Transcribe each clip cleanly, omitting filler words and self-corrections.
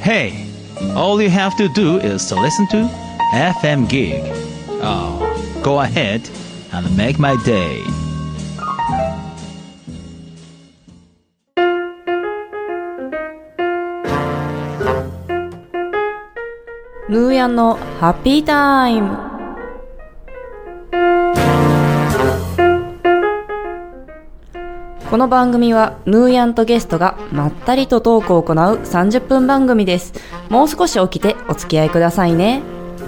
Hey, all you have to do is to listen to FM Gig. Oh, go ahead and make my day. ヌーヤンのハッピータイム。この番組はヌーヤンとゲストがまったりとトークを行う30分番組です。もう少し起きてお付き合いくださいね。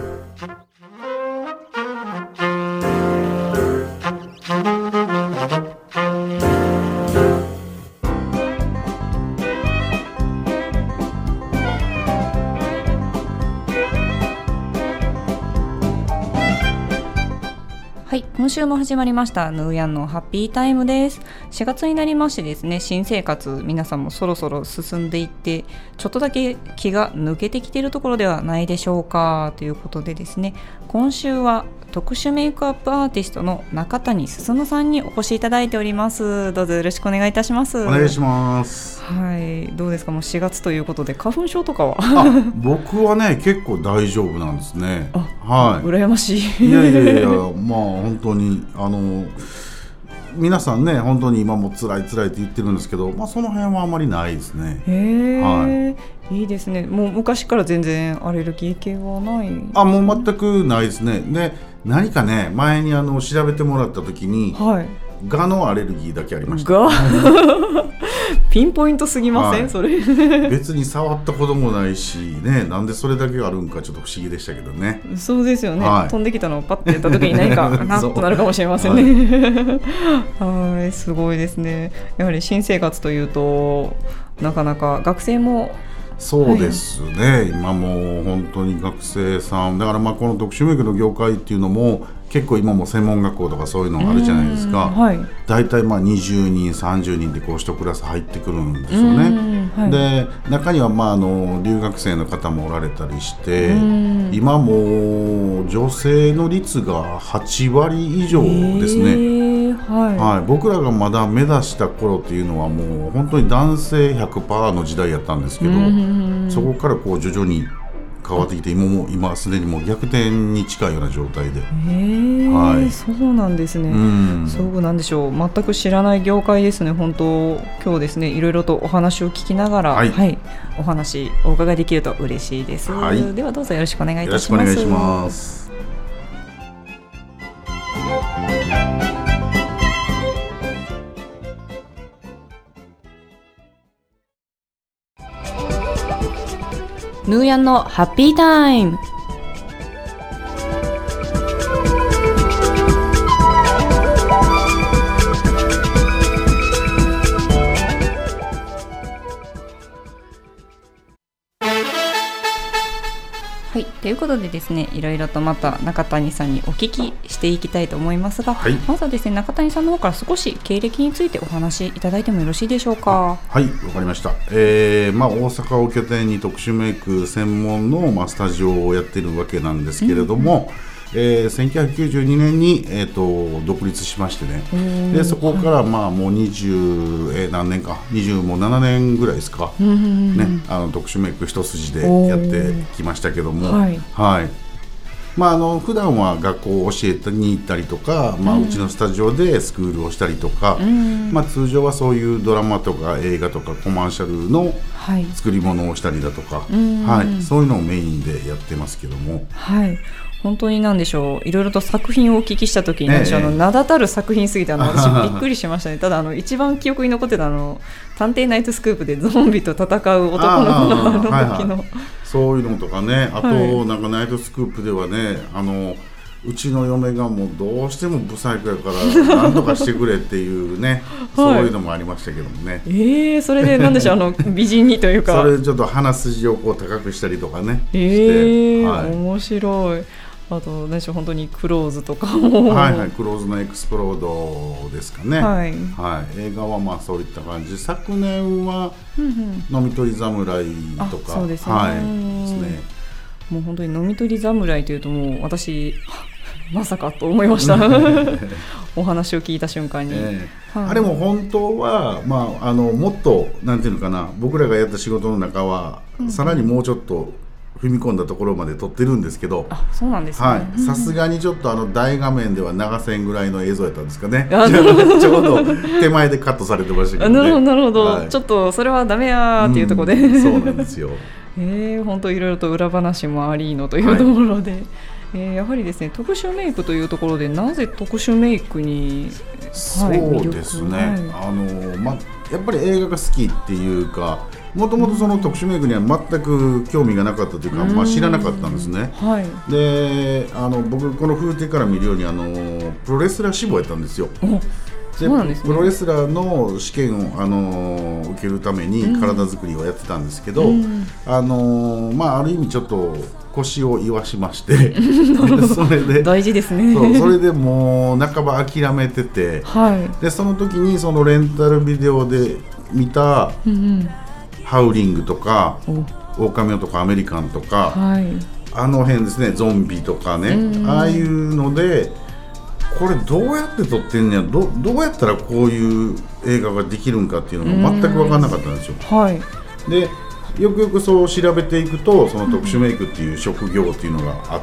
はい、今週も始まりましたヌーヤンのハッピータイムです。4月になりましてですね、新生活皆さんもそろそろ進んでいって、ちょっとだけ気が抜けてきているところではないでしょうかということでですね、今週は特殊メイクアップアーティストの中谷進さんにお越しいただいております。どうぞよろしくお願いいたします。 お願いします。 はい、どうですか、もう4月ということで花粉症とかは僕はね結構大丈夫なんですね。 はい、羨ましい。 いやまあ本当に皆さんね本当に今も辛いって言ってるんですけど、まあその辺はあまりないですね。 はい、いいですね。もう昔から全然アレルギー系はない。 もう全くないですね。で何かね前に調べてもらった時に、ガのアレルギーだけありました。 ガピンポイントすぎません、それ別に触ったこともないしね、なんでそれだけがあるんかちょっと不思議でしたけどね。 そうですよね、飛んできたのをパッてやった時に何かなとなるかもしれませんね。はい、すごいですね。やはり新生活というとなかなか学生もそうですね、今もう本当に学生さんだからこの特殊メイクの業界っていうのも結構今も専門学校とかそういうのがあるじゃないですか。だいたい20人30人でこう1クラス入ってくるんですよね。で中には留学生の方もおられたりして、今もう女性の率が8割以上ですね。僕らがまだ目指した頃っていうのはもう本当に男性 100% の時代やったんですけど、そこからこう徐々に変わってきて今すでにもう逆転に近いような状態で。 そうなんですね。そうなんでしょう。全く知らない業界ですね。本当今日ですねいろいろとお話を聞きながら、お話お伺いできると嬉しいです。ではどうぞよろしくお願いいたします。 よろしくお願いします。 ヌーヤンのハッピータイム。はい、ということでですね、いろいろとまた中谷さんにお聞きしていきたいと思いますが、まずはですね中谷さんの方から少し経歴についてお話しいただいてもよろしいでしょうか。 はい、わかりました。大阪を拠点に特殊メイク専門の、スタジオをやっているわけなんですけれども、1992年に、独立しましてね、でそこからもう20、何年かもう7年ぐらいですか、特殊メイク一筋でやってきましたけども、普段は学校を教えに行ったりとか、うちのスタジオでスクールをしたりとか、通常はそういうドラマとか映画とかコマーシャルの作り物をしたりだとか、そういうのをメインでやってますけども、 本当に何でしょう、いろいろと作品をお聞きしたときに、名だたる作品すぎて私びっくりしましたね。ただ一番記憶に残ってた探偵ナイトスクープでゾンビと戦う男の子の時のそういうのとかね、あと、ナイトスクープではねうちの嫁がもうどうしてもブサイクやから何とかしてくれっていうねそういうのもありましたけどもね。 それで何でしょう美人にというかそれちょっと鼻筋をこう高くしたりとかね面白い。あと何でしょう、本当にクローズとかもクローズのエクスプロードですかね。映画はそういった感じ。昨年は飲み取り侍とかそうですね。もう本当に飲み取り侍というともう私まさかと思いましたお話を聞いた瞬間に、 あれも本当は、もっとなんていうのかな、僕らがやった仕事の中は、さらにもうちょっと踏み込んだところまで撮ってるんですけど、 そうなんですね。 さすがにちょっと大画面では流せんぐらいの映像やったんですかねちょうど手前でカットされてましたけどね。 なるほど、ちょっとそれはダメやっていうところで、 そうなんですよ本当いろいろと裏話もありのというところで、やはりですね、特殊メイクというところで、なぜ特殊メイクに、 そうですね、やっぱり映画が好きっていうか、もともとその特殊メイクには全く興味がなかったというか、知らなかったんですね。で、僕この風景から見るようにプロレスラー志望やったんですよ。 そうなんですね。 プロレスラーの試験を受けるために体作りをやってたんですけど、ある意味ちょっと腰を言わしましてそれで大事ですね。 それでもう半ば諦めてて、でその時にそのレンタルビデオで見た、ハウリングとかオオカミ男とかアメリカンとか、あの辺ですね、ゾンビとかね、ああいうので、これどうやって撮ってんねや、どうやったらこういう映画ができるんかっていうのが全く分からなかったんですよ。でよくよくそう調べていくと、その特殊メイクっていう職業っていうのがあって、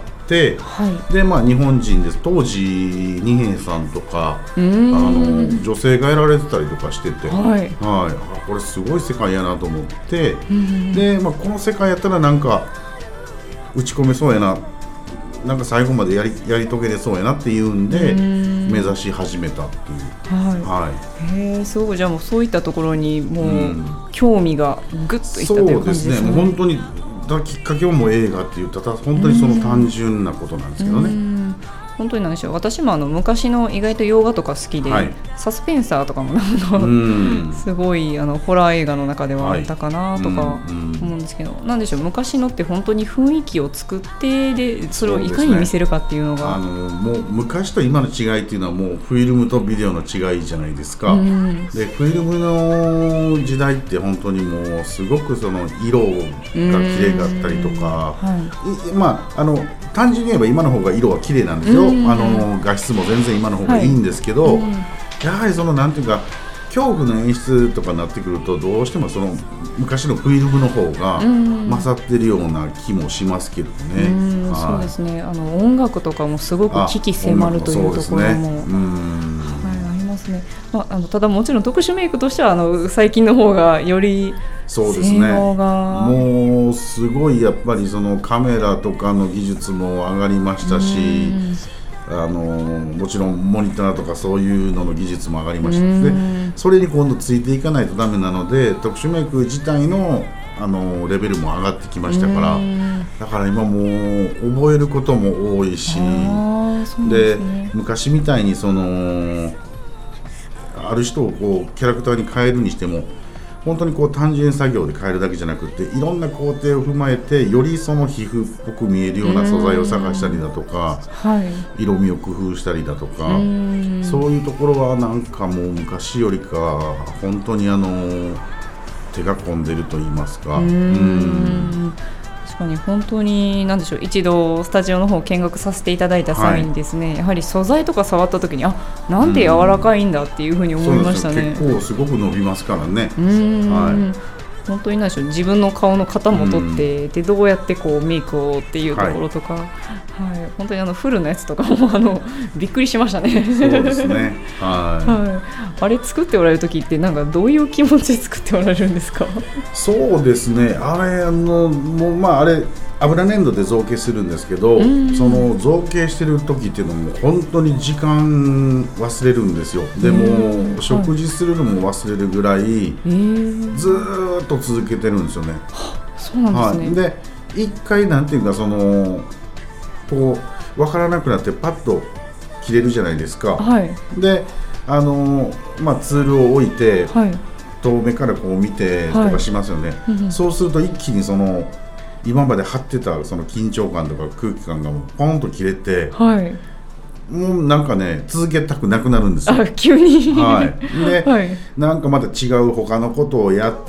で日本人です。当時二平さんとか女性がやられてたりとかしてて、これすごい世界やなと思って、で、この世界やったらなんか打ち込めそうやな、なんか最後までやり遂げれそうやなっていうんで目指し始めたっていう。 すごく、じゃあもうそういったところにもう興味がぐっといったという感じですね。 そうですね、もう本当にきっかけはもう映画って言ったら本当にその単純なことなんですけどね。 本当に何でしょう、私も昔の意外と洋画とか好きで、サスペンサーとかもすごいホラー映画の中ではあったかなとか思うんですけど、なんでしょう、昔のって本当に雰囲気を作ってでそれをいかに見せるかっていうのが、 もう昔と今の違いっていうのはもうフィルムとビデオの違いじゃないですか。でフィルムの時代って本当にもうすごくその色が綺麗だったりとか、単純に言えば今の方が色は綺麗なんですよ。画質も全然今の方がいいんですけど、やはりそのなんていうか恐怖の演出とかになってくると、どうしてもその昔のフィルムの方が勝ってるような気もしますけどね。 そうですね、音楽とかもすごく鬼気迫るというところもありますね。ただもちろん特殊メイクとしては最近の方がより性能が、 もうすごいやっぱりそのカメラとかの技術も上がりましたし、もちろんモニターとかそういうのの技術も上がりました。でそれに今度ついていかないとダメなので、特殊メイク自体のレベルも上がってきましたから、だから今もう覚えることも多いし、で昔みたいにそのある人をこうキャラクターに変えるにしても、本当にこう単純作業で変えるだけじゃなくて、いろんな工程を踏まえてよりその皮膚っぽく見えるような素材を探したりだとか、色味を工夫したりだとか、そういうところはなんかもう昔よりか本当に手が込んでると言いますか。 確かに本当に何でしょう、一度スタジオの方を見学させていただいた際にですね、やはり素材とか触った時になんて柔らかいんだっていうふうに思いましたね。 結構すごく伸びますからね。 本当に何でしょう、自分の顔の型も取って、でどうやってこうメイクをっていうところとか、本当にフルのやつとかもびっくりしましたね。 そうですね。 あれ作っておられる時ってなんかどういう気持ちで作っておられるんですか？ そうですね。あれあれ油粘土で造形するんですけど、その造形してる時っていうのも本当に時間忘れるんですよ。でも食事するのも忘れるぐらい、ずーっと続けてるんですよね。 そうなんですね。 で一回なんていうかこう分からなくなってパッと切れるじゃないですか。でツールを置いて、遠目からこう見てとかしますよね。そうすると一気に今まで張ってたその緊張感とか空気感がもうポンと切れて、もうなんかね続けたくなくなるんですよ。 急に。 で、なんかまた違う他のことをやって、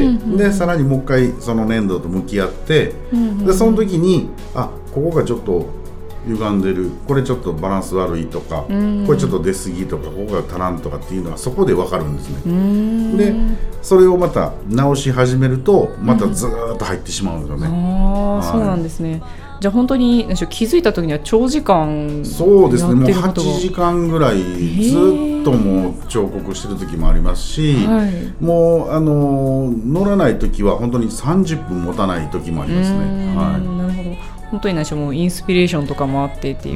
でさらにもう一回その粘土と向き合って、でその時にここがちょっと歪んでる、これちょっとバランス悪いとか、これちょっと出過ぎとか、ここが足らんとかっていうのはそこで分かるんですね。でそれをまた直し始めるとまたずーっと入ってしまうんですよね。 そうなんですね。じゃあ本当に気づいた時には長時間そうですね、もう8時間ぐらいずっともう彫刻してる時もありますし、もう乗らない時は本当に30分持たない時もありますね。 なるほど。本当にもうインスピレーションとかもあってっていう、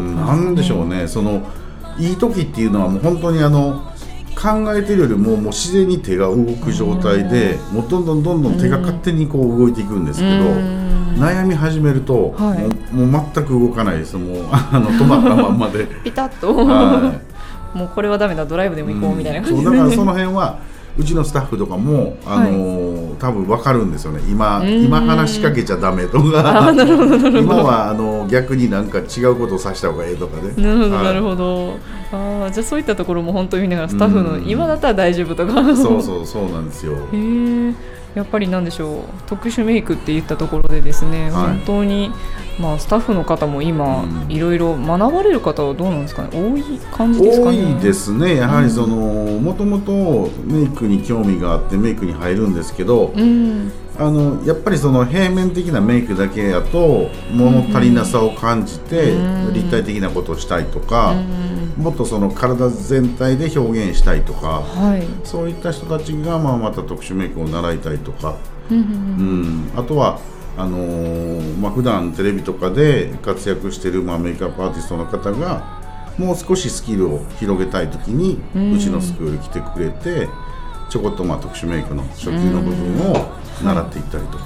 なんでしょうね、そのいい時っていうのはもう本当に考えてるよりも自然に手が動く状態で、もうどんどん手が勝手にこう動いていくんですけど、悩み始めると、もう全く動かないです。もう止まったまんまでピタッと、もうこれはダメだ、ドライブでも行こうみたいな感じで、 だからその辺はうちのスタッフとかも多分分かるんですよね。今話しかけちゃダメとか今は逆になんか違うことをさせた方がいいとかね。 なるほど。じゃあそういったところも本当に見ながらスタッフの今だったら大丈夫とかそうなんですよ。 やっぱりなんでしょう、特殊メイクって言ったところでですね、本当にスタッフの方も今いろいろ学ばれる方はどうなんですかね。多い感じですかね。 多いですね。やはりもともとメイクに興味があってメイクに入るんですけど、やっぱり平面的なメイクだけやと物足りなさを感じて立体的なことをしたいとか、もっと体全体で表現したいとか、そういった人たちがまた特殊メイクを習いたいとか、あとは普段テレビとかで活躍しているメイクアップアーティストの方がもう少しスキルを広げたいときにうちのスクール来てくれて、ちょこっと特殊メイクの初級の部分を習っていったりとか。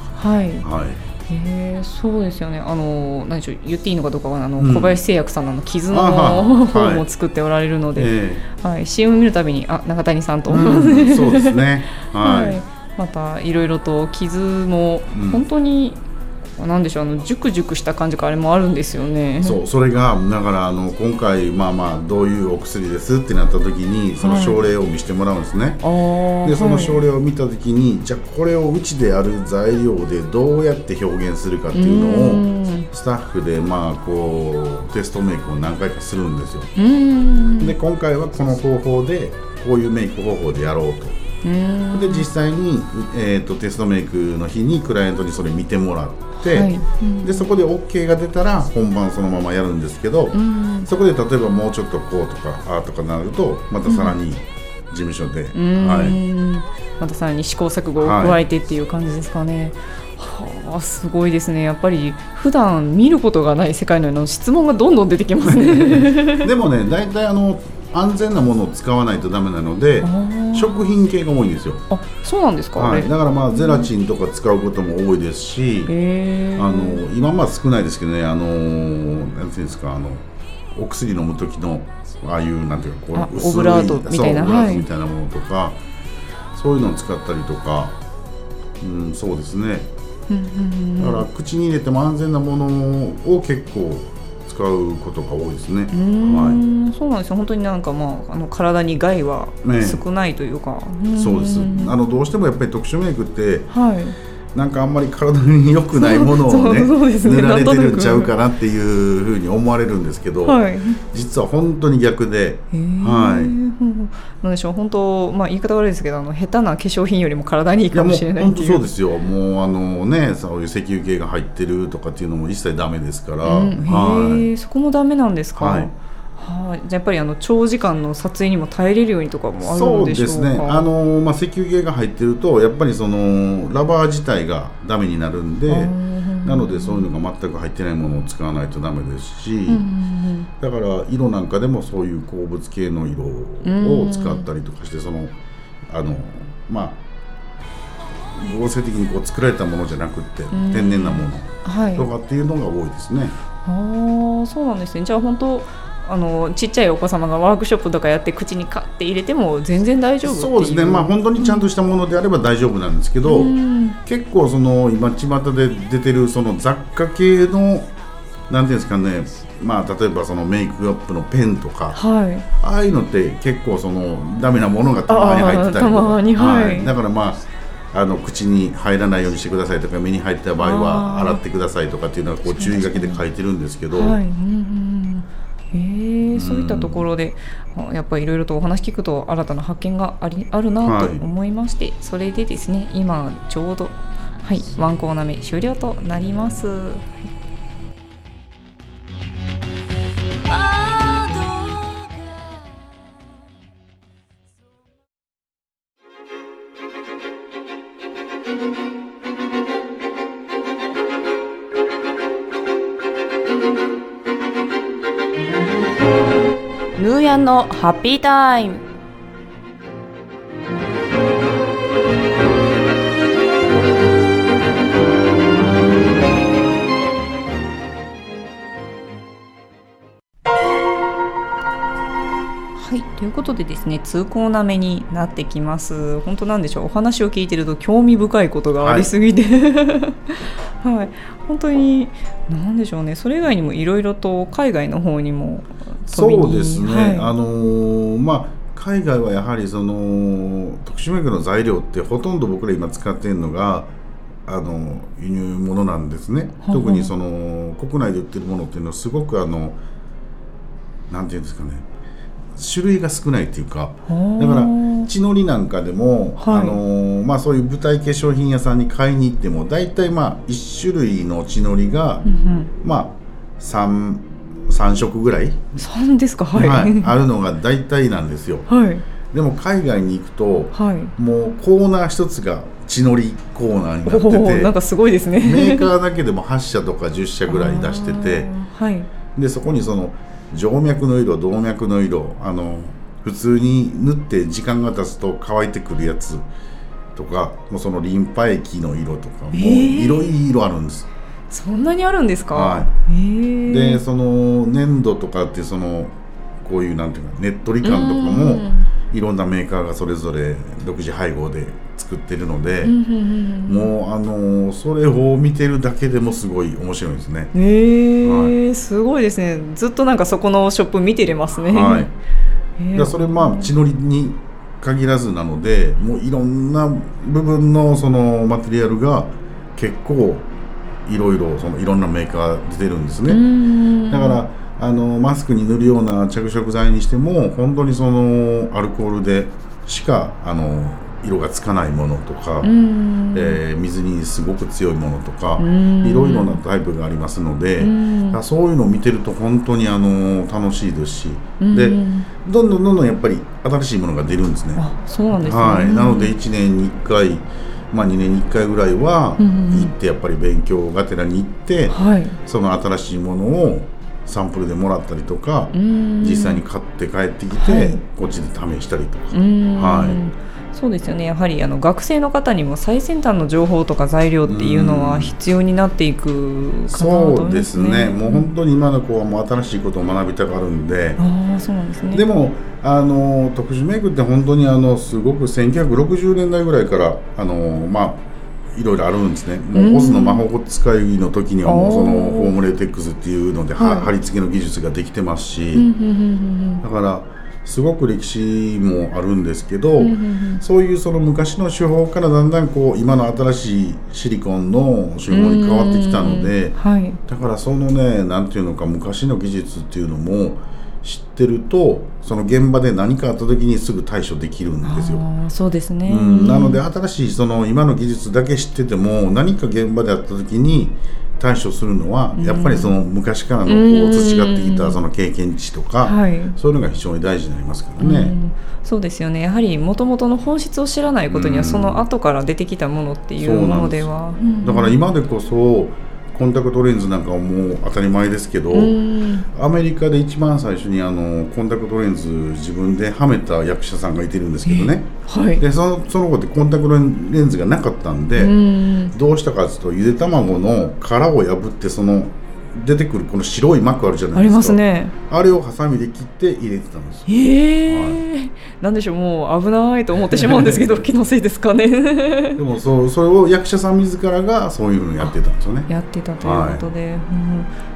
そうですよね。何でしょう、言っていいのかどうかは小林製薬さんの傷の方も作っておられるので、CM 見るたびに中谷さんと、 そうですね。 またいろいろと傷も本当に、なんでしょう、ジュクジュクした感じがあれもあるんですよね。 それがだから今回どういうお薬ですってなった時にその症例を見せてもらうんですね。でその症例を見た時に、じゃあこれをうちである材料でどうやって表現するかっていうのをスタッフでテストメイクを何回かするんですよ。で今回はこの方法でこういうメイク方法でやろうと。で実際に、テストメイクの日にクライアントにそれ見てもらって、でそこで OK が出たら本番そのままやるんですけど、そこで例えばもうちょっとこうとかとかなるとまたさらに事務所で、 またさらに試行錯誤を加えてっていう感じですかね。すごいですね。やっぱり普段見ることがない世界の質問がどんどん出てきますねでもね、大体安全なものを使わないとダメなので食品系が多いんですよ。 そうなんですか。 だからゼラチンとか使うことも多いですし、今少ないですけどね、なんていうんですか、お薬飲む時のああいうなんていうか薄いオブラートみたいな、 オブラートみたいなものとか、そういうのを使ったりとか、そうですね。だから口に入れても安全なものを結構使うことが多いですね。 そうなんですよ。本当に体に害は少ないというか、 そうです。どうしてもやっぱり特殊メイクって、なんかあんまり体に良くないものをね塗られてるんちゃうかなっていうふうに思われるんですけど、実は本当に逆で、なんでしょう、本当言い方悪いですけど下手な化粧品よりも体にいいかもしれないっていう。 本当そうですよ。もうそういう石油系が入ってるとかっていうのも一切ダメですから。 そこもダメなんですか。じゃあやっぱり長時間の撮影にも耐えれるようにとかもあるんでしょうか。そうですね。 石油系が入ってるとやっぱりラバー自体がダメになるんで、なのでそういうのが全く入ってないものを使わないとダメですし、だから色なんかでもそういう鉱物系の色を使ったりとかして、合成的に作られたものじゃなくて天然なものとかっていうのが多いですね。 そうなんですね。じゃあ本当ちっちゃいお子様がワークショップとかやって口にカッて入れても全然大丈夫っていう。 そうですね。本当にちゃんとしたものであれば大丈夫なんですけど、結構今巷で出てる雑貨系のなんていうんですかね、例えばメイクアップのペンとか、ああいうのって結構ダメなものがたまに入ってたりとか、だから口に入らないようにしてくださいとか、目に入った場合は洗ってくださいとかっていうのはこう注意書きで書いてるんですけど、 はいそういったところでやっぱりいろいろとお話聞くと新たな発見があるなと思いまして、それでですね今ちょうど、ワンコーナー目終了となります。ヌーヤンのハッピータイム。ということでですね、通行なめになってきます。本当なんでしょう、お話を聞いてると興味深いことがありすぎて、本当になんでしょうね、それ以外にもいろいろと海外の方にも飛びに。 そうですね、海外はやはりその特殊メイクの材料ってほとんど僕ら今使っているのが輸入物なんですね。特にその国内で売ってるものっていうのはすごくなんていうんですかね、種類が少ないっていうか、だから血のりなんかでも、そういう舞台化粧品屋さんに買いに行っても大体1種類の血のりが、3色ぐらい 3ですか、 あるのが大体なんですよ。でも海外に行くと、もうコーナー一つが血のりコーナーになってて、 なんかすごいですね。 メーカーだけでも8社とか10社ぐらい出してて、でそこにその静脈の色、動脈の色、普通に塗って時間が経つと乾いてくるやつとか、もうそのリンパ液の色とか、もういろいろあるんです。 そんなにあるんですか？ でその粘土とかってこういうなんていうかねっとり感とかもいろんなメーカーがそれぞれ独自配合で作ってるので、もうそれを見てるだけでもすごい面白いですね。 すごいですね。ずっとなんかそこのショップ見てれますね。 だそれ血のりに限らずなので、もういろんな部分のそのマテリアルが結構いろんなメーカー出てるんですね。だからマスクに塗るような着色剤にしても本当にそのアルコールでしか色がつかないものとか、水にすごく強いものとか、いろいろなタイプがありますので、そういうのを見てると本当に楽しいですし、でどんどんやっぱり新しいものが出るんですね。 そうなんですね。 なので1年に1回、2年に1回ぐらいは行ってやっぱり勉強がてらに行って、その新しいものをサンプルでもらったりとか、実際に買って帰ってきて、こっちで試したりとか。 そうですよね。やはり学生の方にも最先端の情報とか材料っていうのは必要になっていくかなと思いますね。 そうですね。もう本当に今の子はもう新しいことを学びたがるんで。 そうなんですね。 でも特殊メイクって本当にすごく1960年代ぐらいからいろいろあるんですね。もうオズの魔法使いの時にはもうそのホームレテックスっていうので貼り付けの技術ができてますし、だからすごく歴史もあるんですけど、そういうその昔の手法からだんだん今の新しいシリコンの手法に変わってきたので、だからそのね、なんていうのか、昔の技術っていうのも知ってると、その現場で何かあった時にすぐ対処できるんですよ。 そうですね。 なので新しいその今の技術だけ知ってても、何か現場であった時に対処するのはやっぱりその昔からの培ってきたその経験値とか、そういうのが非常に大事になりますからね。 そうですよね。やはり元々の本質を知らないことには、その後から出てきたものっていうものでは、 だから今でこそコンタクトレンズなんかはもう当たり前ですけど、アメリカで一番最初にコンタクトレンズ自分ではめた役者さんがいてるんですけどね、でその子ってコンタクトレンズがなかったんで、どうしたかというと、ゆで卵の殻を破って、その出てくるこの白い膜あるじゃないですか。ありますね。あれをハサミで切って入れてたんですよ。 なんでしょう、もう危ないと思ってしまうんですけど気のせいですかね。 でもそれを役者さん自らがそういうのをやってたんですよね。 やってたということで、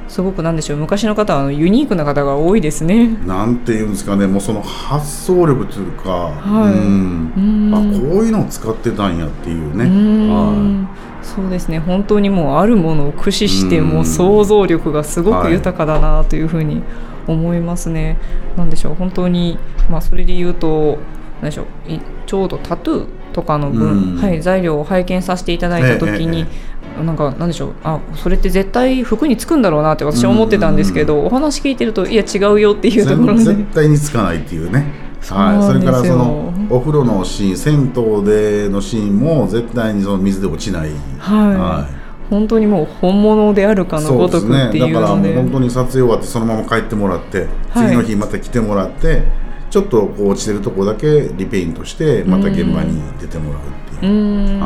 すごくなんでしょう、昔の方はユニークな方が多いですね。 なんていうんですかね、もうその発想力というか、 はい、 こういうのを使ってたんやっていうね。 そうですね、本当にもうあるものを駆使してもう想像力がすごく豊かだなというふうに思いますね。なんでしょう、本当に、それで言うとなんでしょう、ちょうどタトゥーとかの分、材料を拝見させていただいた時に、なんでしょう、それって絶対服につくんだろうなって私は思ってたんですけど、お話聞いてるといや違うよっていうところで絶対につかないっていうね。それからそのお風呂のシーン、銭湯でのシーンも絶対にその水で落ちない、 本当にもう本物であるかのごとくっていうので、 だからもう本当に撮影終わってそのまま帰ってもらって、次の日また来てもらってちょっとこう落ちてるとこだけリペイントしてまた現場に出てもらうっていう、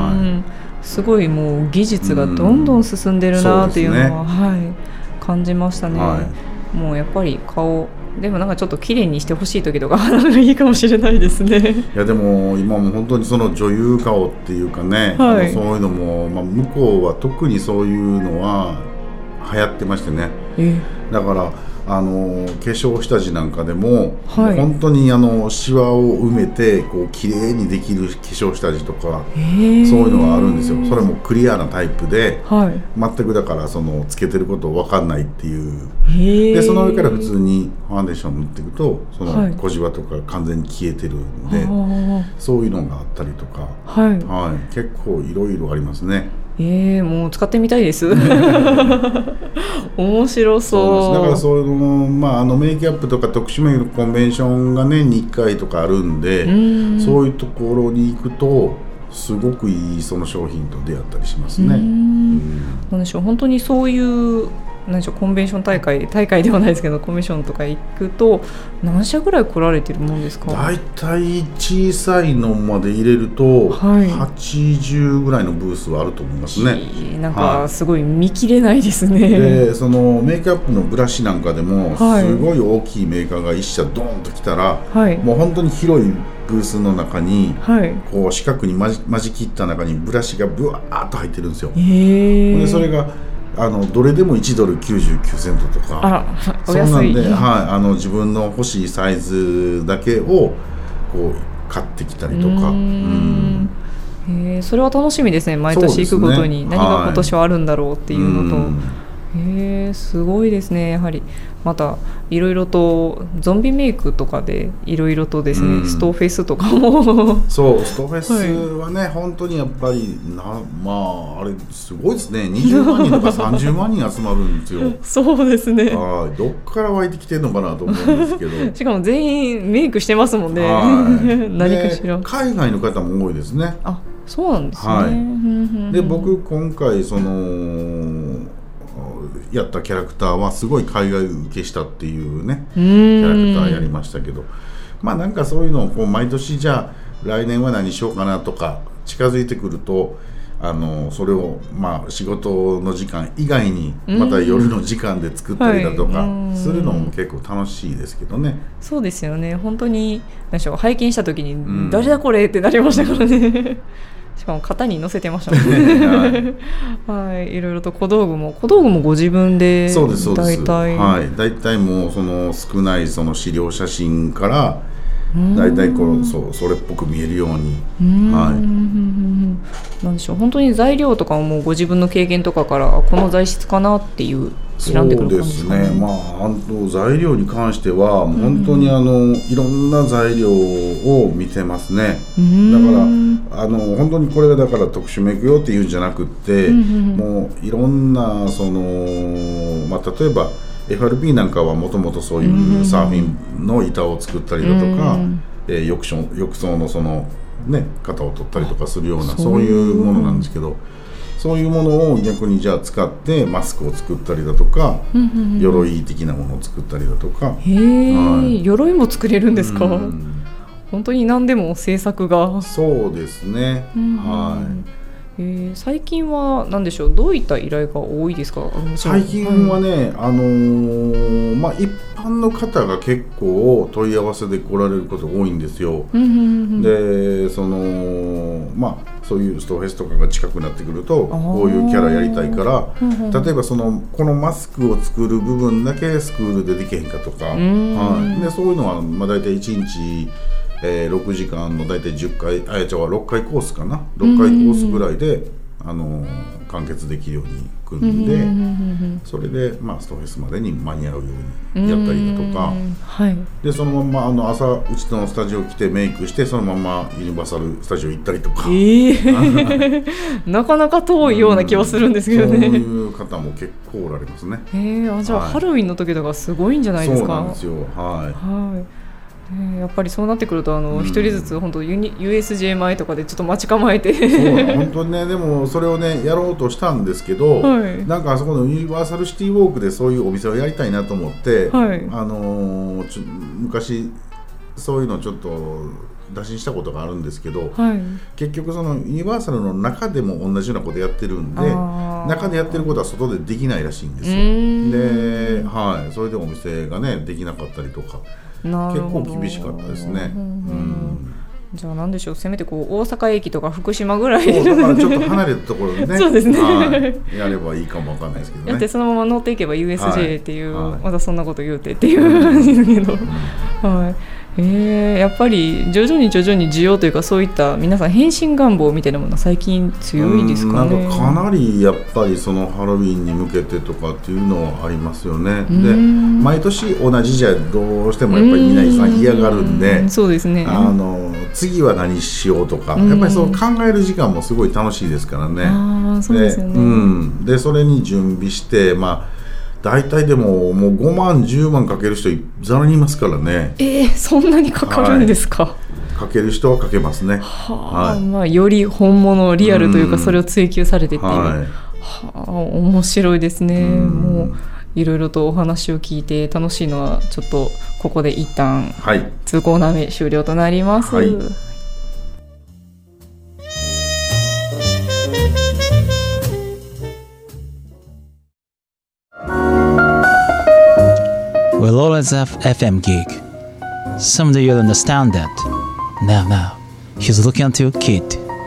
すごいもう技術がどんどん進んでるなっていうのは、感じましたね。もうやっぱり顔でもなんかちょっと綺麗にしてほしい時とかいいかもしれないですね。 いやでも今も本当にその女優顔っていうかね、そういうのも、向こうは特にそういうのは流行ってましてね。だから化粧下地なんかでも、本当にシワを埋めてこう綺麗にできる化粧下地とか、そういうのがあるんですよ。それもクリアなタイプで、全くだからそのつけてること分かんないっていう。でその上から普通にファンデーション塗っていくとその小じわとか完全に消えてるんで、そういうのがあったりとか、結構いろいろありますね。 もう使ってみたいです面白そう。 だからそういうの、メイキャップとか特殊メイクのコンベンションが年に1回とかあるんで、そういうところに行くとすごくいいその商品と出会ったりしますね。 なんでしょう、本当にそういうなんでしょう、コンベンション大会ではないですけど、コンベンションとか行くと何社ぐらい来られてるもんですか？ だいたい小さいのまで入れると、80ぐらいのブースはあると思いますね。 なんかすごい見切れないですね。 でそのメイクアップのブラシなんかでも、すごい大きいメーカーが1社ドーンと来たら、もう本当に広いブースの中に、こう四角に間仕切った中にブラシがブワーッと入ってるんですよ。でそれがどれでも$1.99とか、 お安い。 そうなんで、自分の欲しいサイズだけをこう買ってきたりとか。 それは楽しみですね。毎年行くごとに何が今年はあるんだろうっていうのと、すごいですね。やはりまたいろいろとゾンビメイクとかでいろいろとですね、ストフェスとかもそうストフェスはね、本当にやっぱりあれすごいですね。20万人とか30万人集まるんですよそうですね。 どっから湧いてきてるのかなと思うんですけどしかも全員メイクしてますもんね何かしら。 海外の方も多いですね。 そうなんですね。 で僕今回そのやったキャラクターはすごい海外受けしたっていうねキャラクターやりましたけど、なんかそういうのをこう毎年じゃあ来年は何しようかなとか近づいてくるとそれを仕事の時間以外にまた夜の時間で作ったりだとかするのも結構楽しいですけどね。 そうですよね。本当に何でしょう、拝見した時に誰だこれってなりましたからねしかも型に載せてましたもんねいろいろと小道具もご自分で大体もうその少ないその資料写真から大体それっぽく見えるように。 なんでしょう、本当に材料とかももうご自分の経験とかからこの材質かなっていう選んでくる感じですかね。 そうですね。材料に関しては本当にいろんな材料を見てますね。だから本当にこれがだから特殊メイク用っていうんじゃなくって、もういろんなその例えばFRP なんかはもともとそういうサーフィンの板を作ったりだとか、浴槽のその型を取ったりとかするようなそういうものなんですけど、そういうものを逆にじゃあ使ってマスクを作ったりだとか、鎧的なものを作ったりだとか。 鎧も作れるんですか？本当に何でも制作が。そうですね。最近は何でしょう、どういった依頼が多いですか？ 最近はね、一般の方が結構問い合わせで来られることが多いんですよ。でそそういうストフェスとかが近くなってくるとこういうキャラやりたいから、例えばこのマスクを作る部分だけスクールでできへんかとか、はい、でそういうのは大体1日6時間の大体10回6回コースかな、6回コースぐらいで完結できるように組んで、それで、ストフェスまでに間に合うようにやったりだとか、 はい、 でそのまま朝うちのスタジオ来てメイクしてそのままユニバーサルスタジオ行ったりとか、 なかなか遠いような気はするんですけどね、 そういう方も結構おられますね。 じゃあ、ハロウィンの時とかすごいんじゃないですか。 そうなんですよ、はいやっぱりそうなってくると一人ずつ本当USJ 前とかでちょっと待ち構えてそう本当にね、でもそれをねやろうとしたんですけど、なんかあそこのユニバーサルシティウォークでそういうお店をやりたいなと思って、昔そういうのちょっと打診したことがあるんですけど、結局そのユニバーサルの中でも同じようなことやってるんで、中でやってることは外でできないらしいんですよ。で、それでお店がねできなかったりとか結構厳しかったですね。 じゃあ何でしょう、せめて大阪駅とか福島ぐらいだからちょっと離れたところでねそうですね、 やればいいかもわかんないですけどね。 だってそのまま乗っていけば USJ っていう、まだそんなこと言うてっていう感じだけど、やっぱり徐々に需要というかそういった皆さん変身願望みたいなものは最近強いですかね。 なんかかなりやっぱりそのハロウィンに向けてとかっていうのはありますよね。で毎年同じじゃどうしてもやっぱりみんな嫌がるんで、 そうですね、 次は何しようとか、やっぱりそう考える時間もすごい楽しいですからね。 そうですよね。 でそれに準備して大体でもう5万10万かける人ざらにいますからね。 そんなにかかるんですか。 かける人はかけますね。 より本物リアルというかそれを追求されてっていう、面白いですね。もういろいろとお話を聞いて楽しいのはちょっとここで一旦通行なめ終了となります。 We'll always have FM gig. Someday you'll understand that. Now, he's looking at you, kid.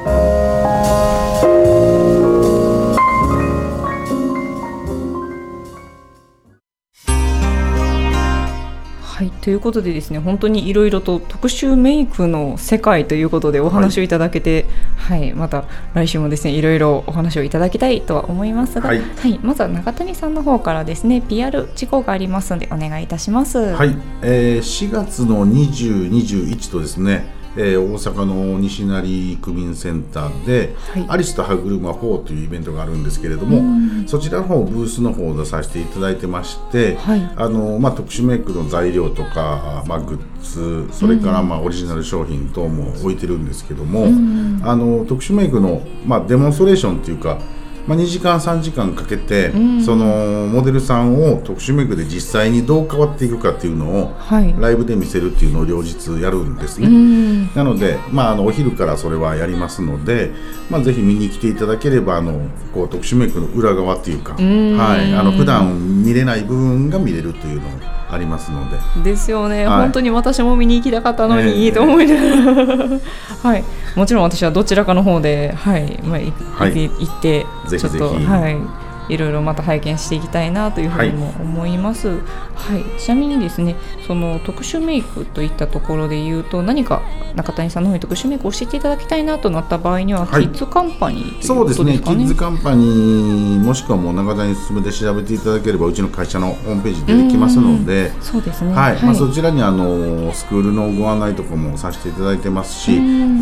ということでですね、本当にいろいろと特殊メイクの世界ということでお話をいただけて、また来週もですねいろいろお話をいただきたいとは思いますが、まずは永谷さんの方からですね PR 事項がありますのでお願いいたします。 4月の20、21とですね大阪の西成区民センターで、アリスと歯車4というイベントがあるんですけれども、そちらの方ブースの方を出させていただいてまして、特殊メイクの材料とか、グッズそれからオリジナル商品等も置いてるんですけども、特殊メイクの、デモンストレーションというか2時間3時間かけて、そのモデルさんを特殊メイクで実際にどう変わっていくかっていうのを、ライブで見せるっていうのを両日やるんですね。なので、お昼からそれはやりますので、ぜひ見に来ていただければ特殊メイクの裏側っていうか、普段見れない部分が見れるというのありますので。 ですよね、本当に私も見に行きたかったのに、いいと思いながらもちろん私はどちらかの方で、行ってぜひぜひちょっといろいろまた拝見していきたいなというふうにも思います。ちなみにですね、その特殊メイクといったところで言うと何か中谷さんの方に特殊メイクを教えていただきたいなとなった場合には、キッズカンパニーということですかね。 そうですね、キッズカンパニーもしくはもう中谷進で調べていただければうちの会社のホームページ出てきますので、 そうですね、 そちらにスクールのご案内とかもさせていただいてますし、い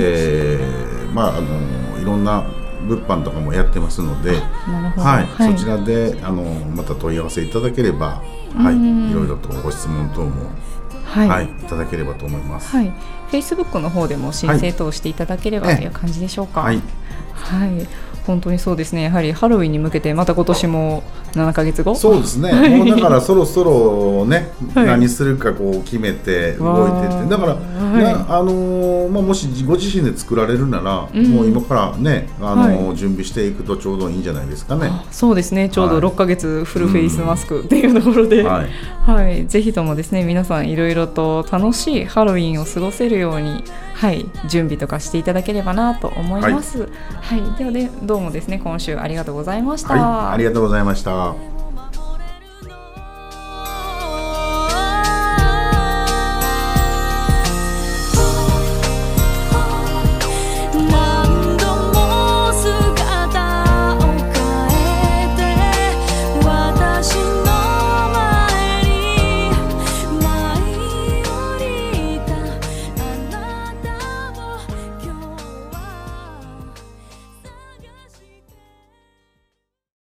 ろんな物販とかもやってますので、そちらでまた問い合わせいただければ、いろいろとご質問等もいただければと思います。 Facebook の方でも申請等していただければという感じでしょうか。本当にそうですね、やはりハロウィンに向けてまた今年も7ヶ月後。 そうですね、もうだからそろそろね、何するか決めて動いてって、だから、もしご自身で作られるなら、もう今からね準備していくとちょうどいいんじゃないですかね。 そうですね、ちょうど6ヶ月フルフェイスマスクっていうところで、ぜひともですね皆さんいろいろと楽しいハロウィンを過ごせるように、 はい、準備とかしていただければなと思います。はい、ではどうもですね、今週ありがとうございました。 はい、ありがとうございました。